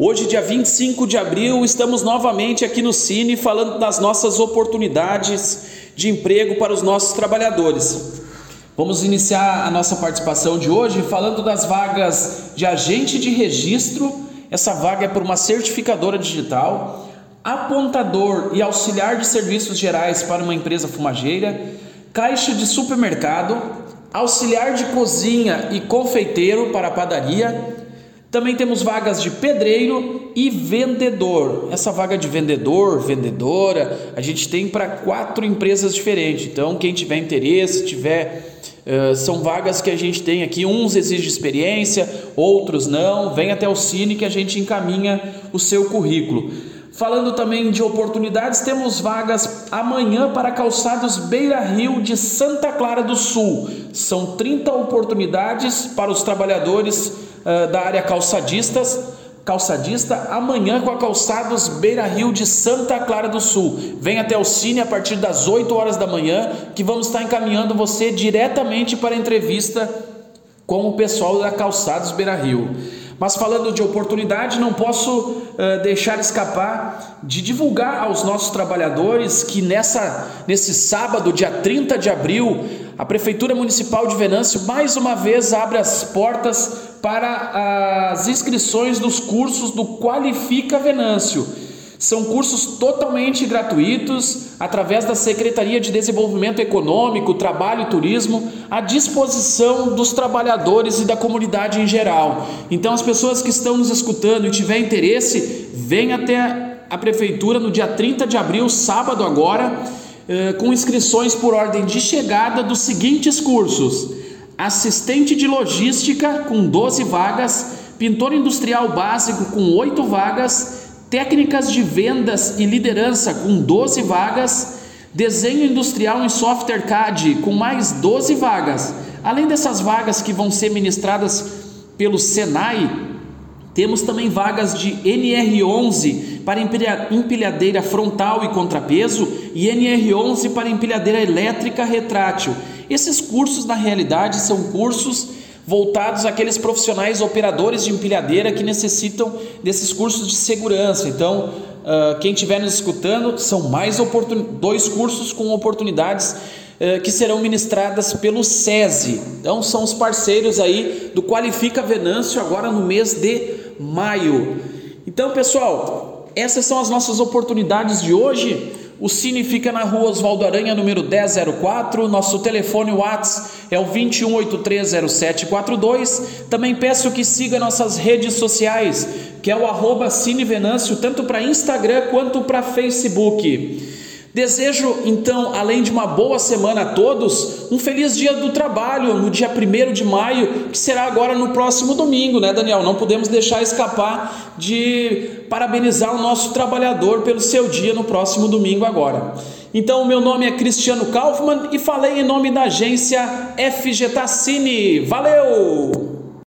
Hoje, dia 25 de abril, estamos novamente aqui no Cine falando das nossas oportunidades de emprego para os nossos trabalhadores. Vamos iniciar a nossa participação de hoje falando das vagas de agente de registro. Essa vaga é por uma certificadora digital, apontador e auxiliar de serviços gerais para uma empresa fumageira, caixa de supermercado, auxiliar de cozinha e confeiteiro para a padaria. Também temos vagas de pedreiro e vendedor. Essa vaga de vendedor, vendedora, a gente tem para 4 empresas diferentes. Então, quem tiver interesse, são vagas que a gente tem aqui. Uns exigem experiência, outros não. Vem até o Cine que a gente encaminha o seu currículo. Falando também de oportunidades, temos vagas amanhã para Calçados Beira Rio de Santa Clara do Sul. São 30 oportunidades para os trabalhadores da área calçadista, amanhã com a Calçados Beira Rio de Santa Clara do Sul. Vem até o Cine a partir das 8 horas da manhã, que vamos estar encaminhando você diretamente para a entrevista com o pessoal da Calçados Beira Rio. Mas falando de oportunidade, não posso deixar escapar de divulgar aos nossos trabalhadores que nesse sábado, dia 30 de abril, a Prefeitura Municipal de Venâncio mais uma vez abre as portas para as inscrições dos cursos do Qualifica Venâncio. São cursos totalmente gratuitos, através da Secretaria de Desenvolvimento Econômico, Trabalho e Turismo, à disposição dos trabalhadores e da comunidade em geral. Então, as pessoas que estão nos escutando e tiver interesse, vem até a Prefeitura no dia 30 de abril, sábado agora, com inscrições por ordem de chegada dos seguintes cursos: assistente de logística com 12 vagas, pintor industrial básico com 8 vagas, técnicas de vendas e liderança com 12 vagas, desenho industrial em software CAD com mais 12 vagas. Além dessas vagas que vão ser ministradas pelo Senai, temos também vagas de NR11 para empilhadeira frontal e contrapeso e NR11 para empilhadeira elétrica retrátil. Esses cursos, na realidade, são cursos voltados àqueles profissionais operadores de empilhadeira que necessitam desses cursos de segurança. Então, quem estiver nos escutando, são mais 2 cursos com oportunidades que serão ministradas pelo SESI. Então, são os parceiros aí do Qualifica Venâncio agora no mês de maio. Então, pessoal, essas são as nossas oportunidades de hoje. O Cine fica na rua Oswaldo Aranha, número 1004. Nosso telefone WhatsApp é o 21830742. Também peço que siga nossas redes sociais, que é o @cinevenâncio, tanto para Instagram quanto para Facebook. Desejo, então, além de uma boa semana a todos, um feliz dia do trabalho no dia 1º de maio, que será agora no próximo domingo, né, Daniel? Não podemos deixar escapar de parabenizar o nosso trabalhador pelo seu dia no próximo domingo agora. Então, o meu nome é Cristiano Kaufmann e falei em nome da agência FG Cine. Valeu!